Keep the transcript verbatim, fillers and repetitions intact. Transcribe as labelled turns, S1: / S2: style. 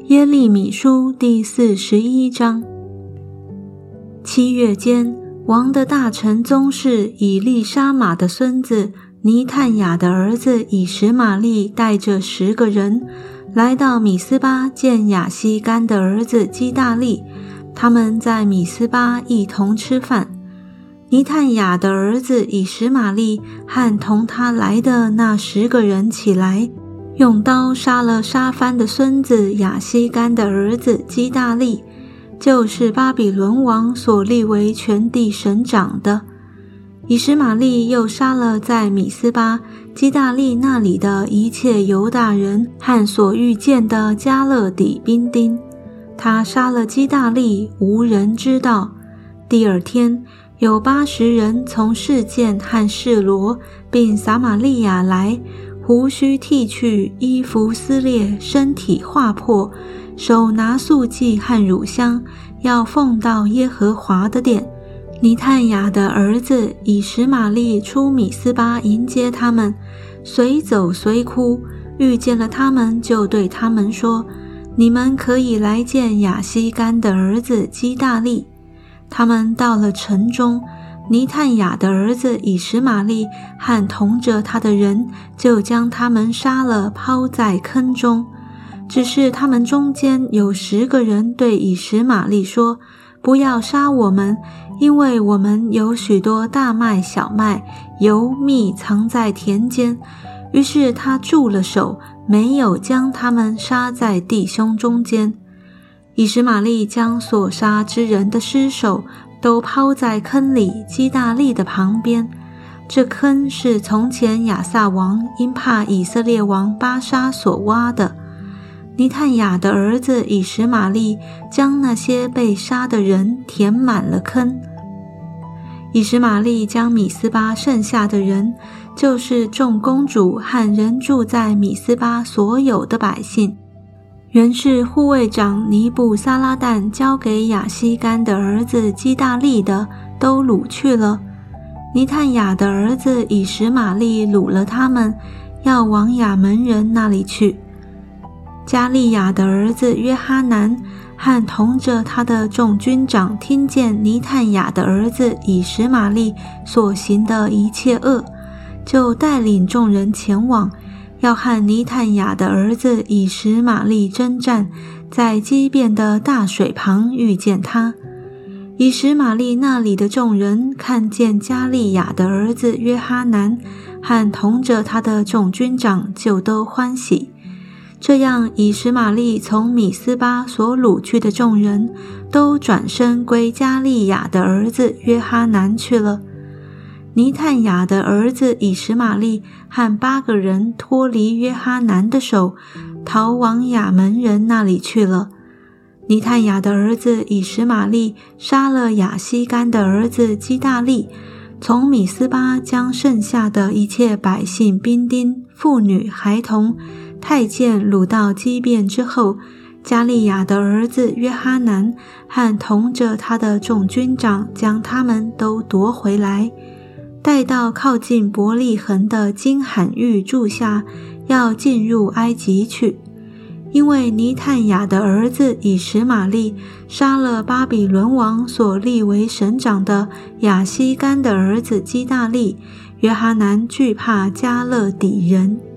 S1: 耶利米书第四十一章。七月间，王的大臣宗室以利沙玛的孙子尼探雅的儿子以实玛利带着十个人来到米斯巴见亚希干的儿子基大利，他们在米斯巴一同吃饭。尼探雅的儿子以实玛利和同他来的那十个人起来，用刀杀了沙番的孙子亚希干的儿子基大利，就是巴比伦王所立为全地省长的。以实玛利又杀了在米斯巴基大利那里的一切犹大人和所遇见的加勒底兵丁，他杀了基大利，无人知道。第二天，有八十人从示剑和示罗并撒玛利亚来，胡须剃去，衣服撕裂，身体划破，手拿素祭和乳香，要奉到耶和华的殿。尼探雅的儿子以实玛利出米斯巴迎接他们，随走随哭，遇见了他们，就对他们说：你们可以来见亚希干的儿子基大利。他们到了城中，尼探雅的儿子以实玛利和同着他的人就将他们杀了，抛在坑中。只是他们中间有十个人对以实玛利说：不要杀我们，因为我们有许多大麦、小麦、油、蜜藏在田间。于是他住了手，没有将他们杀在弟兄中间。以实玛利将所杀之人的尸首都抛在坑里基大利的旁边，这坑是从前亚撒王因怕以色列王巴沙所挖的。尼探雅的儿子以实玛利将那些被杀的人填满了坑。以实玛利将米斯巴剩下的人，就是众公主和人住在米斯巴所有的百姓，原是护卫长尼布撒拉旦交给亚希干的儿子基大利的，都掳去了。尼探雅的儿子以实玛利掳了他们，要往亚门人那里去。加利亚的儿子约哈南和同着他的众军长听见尼探雅的儿子以实玛利所行的一切恶，就带领众人前往，要和尼探雅的儿子以实玛利征战，在基遍的大水旁遇见他。以实玛利那里的众人看见加利亚的儿子约哈南和同着他的众军长，就都欢喜。这样，以实玛利从米斯巴所掳去的众人，都转身归加利亚的儿子约哈南去了。尼探雅的儿子以实玛利和八个人脱离约哈南的手，逃往亚门人那里去了。尼探雅的儿子以实玛利杀了亚希干的儿子基大利，从米斯巴将剩下的一切百姓、兵丁、妇女、孩童、太监掳到基遍之后，加利亚的儿子约哈南和同着他的众军长将他们都夺回来，带到靠近伯利恒的金罕玉柱下，要进入埃及去。因为尼探雅的儿子以实玛利杀了巴比伦王所立为省长的亚希干的儿子基大利，约哈南惧怕加勒底人。